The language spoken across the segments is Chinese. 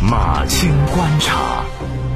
马青观察，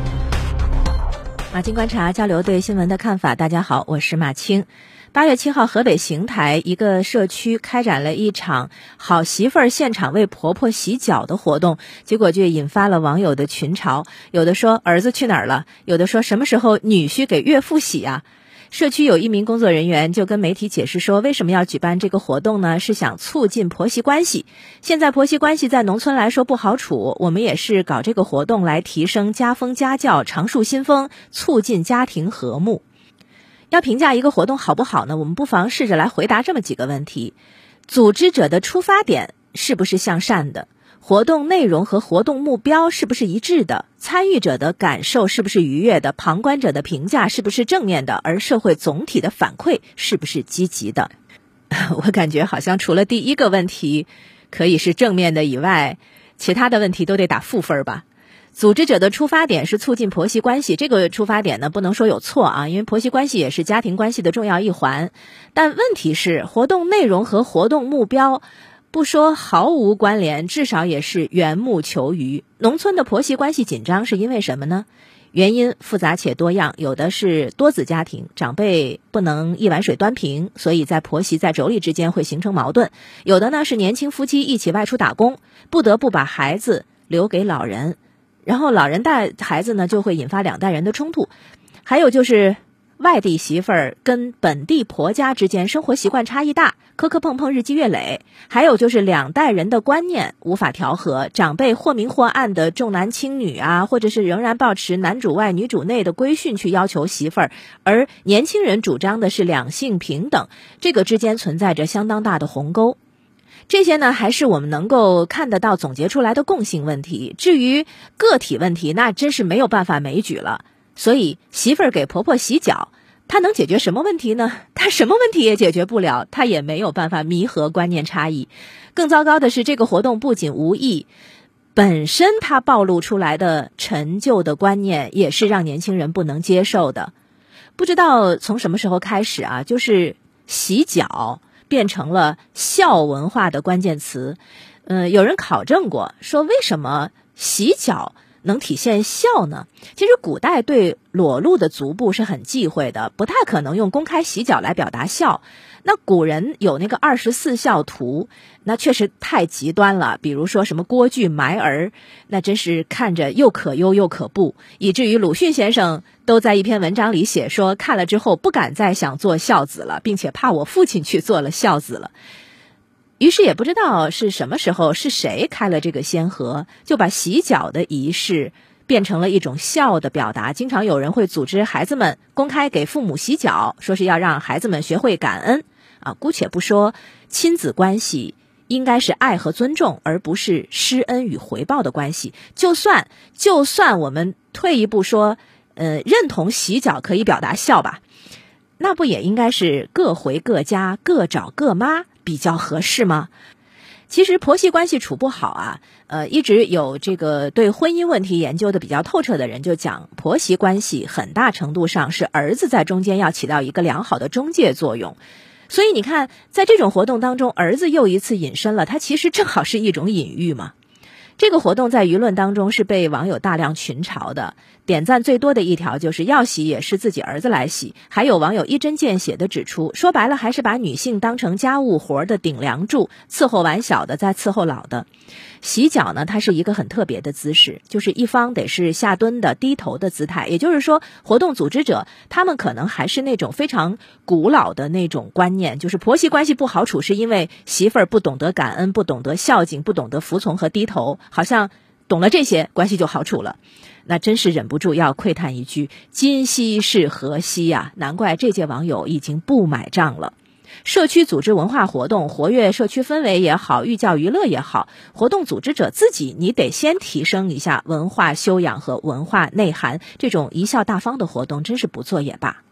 马青观察，交流对新闻的看法。大家好，我是马青。8月7号，河北邢台一个社区开展了一场好媳妇儿现场为婆婆洗脚的活动，结果就引发了网友的群嘲。有的说儿子去哪儿了，有的说什么时候女婿给岳父洗啊。社区有一名工作人员就跟媒体解释说，为什么要举办这个活动呢？是想促进婆媳关系。现在婆媳关系在农村来说不好处，我们也是搞这个活动来提升家风家教，常树新风，促进家庭和睦。要评价一个活动好不好呢？我们不妨试着来回答这么几个问题：组织者的出发点是不是向善的？活动内容和活动目标是不是一致的？参与者的感受是不是愉悦的？旁观者的评价是不是正面的？而社会总体的反馈是不是积极的？我感觉好像除了第一个问题可以是正面的以外，其他的问题都得打负分吧。组织者的出发点是促进婆媳关系，这个出发点呢不能说有错啊，因为婆媳关系也是家庭关系的重要一环。但问题是，活动内容和活动目标不说毫无关联，至少也是缘木求鱼。农村的婆媳关系紧张是因为什么呢？原因复杂且多样，有的是多子家庭，长辈不能一碗水端平，所以在婆媳在妯娌之间会形成矛盾；有的呢是年轻夫妻一起外出打工，不得不把孩子留给老人，然后老人带孩子呢就会引发两代人的冲突；还有就是外地媳妇儿跟本地婆家之间生活习惯差异大，磕磕碰碰日积月累；还有就是两代人的观念无法调和，长辈或明或暗的重男轻女啊，或者是仍然抱持男主外女主内的规训去要求媳妇儿，而年轻人主张的是两性平等，这个之间存在着相当大的鸿沟。这些呢还是我们能够看得到总结出来的共性问题，至于个体问题那真是没有办法枚举了。所以媳妇儿给婆婆洗脚，她能解决什么问题呢？她什么问题也解决不了，她也没有办法弥合观念差异。更糟糕的是，这个活动不仅无益，本身它暴露出来的陈旧的观念也是让年轻人不能接受的。不知道从什么时候开始啊，就是洗脚变成了孝文化的关键词。有人考证过，说为什么洗脚能体现孝呢？其实古代对裸露的足部是很忌讳的，不太可能用公开洗脚来表达孝。那古人有那个24孝图，那确实太极端了，比如说什么郭巨埋儿，那真是看着又可忧又可怖，以至于鲁迅先生都在一篇文章里写说，看了之后不敢再想做孝子了，并且怕我父亲去做了孝子了。于是也不知道是什么时候，是谁开了这个先河，就把洗脚的仪式变成了一种孝的表达。经常有人会组织孩子们公开给父母洗脚，说是要让孩子们学会感恩啊。姑且不说亲子关系应该是爱和尊重，而不是施恩与回报的关系。就算我们退一步说，认同洗脚可以表达孝吧，那不也应该是各回各家，各找各妈比较合适吗？其实婆媳关系处不好啊，一直有这个对婚姻问题研究的比较透彻的人就讲，婆媳关系很大程度上是儿子在中间要起到一个良好的中介作用。所以你看，在这种活动当中，儿子又一次隐身了，它其实正好是一种隐喻嘛。这个活动在舆论当中是被网友大量群嘲的，点赞最多的一条就是要洗也是自己儿子来洗。还有网友一针见血地指出，说白了还是把女性当成家务活的顶梁柱，伺候完小的再伺候老的。洗脚呢，它是一个很特别的姿势，就是一方得是下蹲的低头的姿态，也就是说活动组织者他们可能还是那种非常古老的那种观念，就是婆媳关系不好处是因为媳妇儿不懂得感恩，不懂得孝敬，不懂得服从和低头，好像懂了这些关系就好处了。那真是忍不住要喟叹一句，今夕是何夕呀？难怪这届网友已经不买账了。社区组织文化活动，活跃社区氛围也好，寓教于乐也好，活动组织者自己你得先提升一下文化修养和文化内涵，这种贻笑大方的活动真是不做也罢。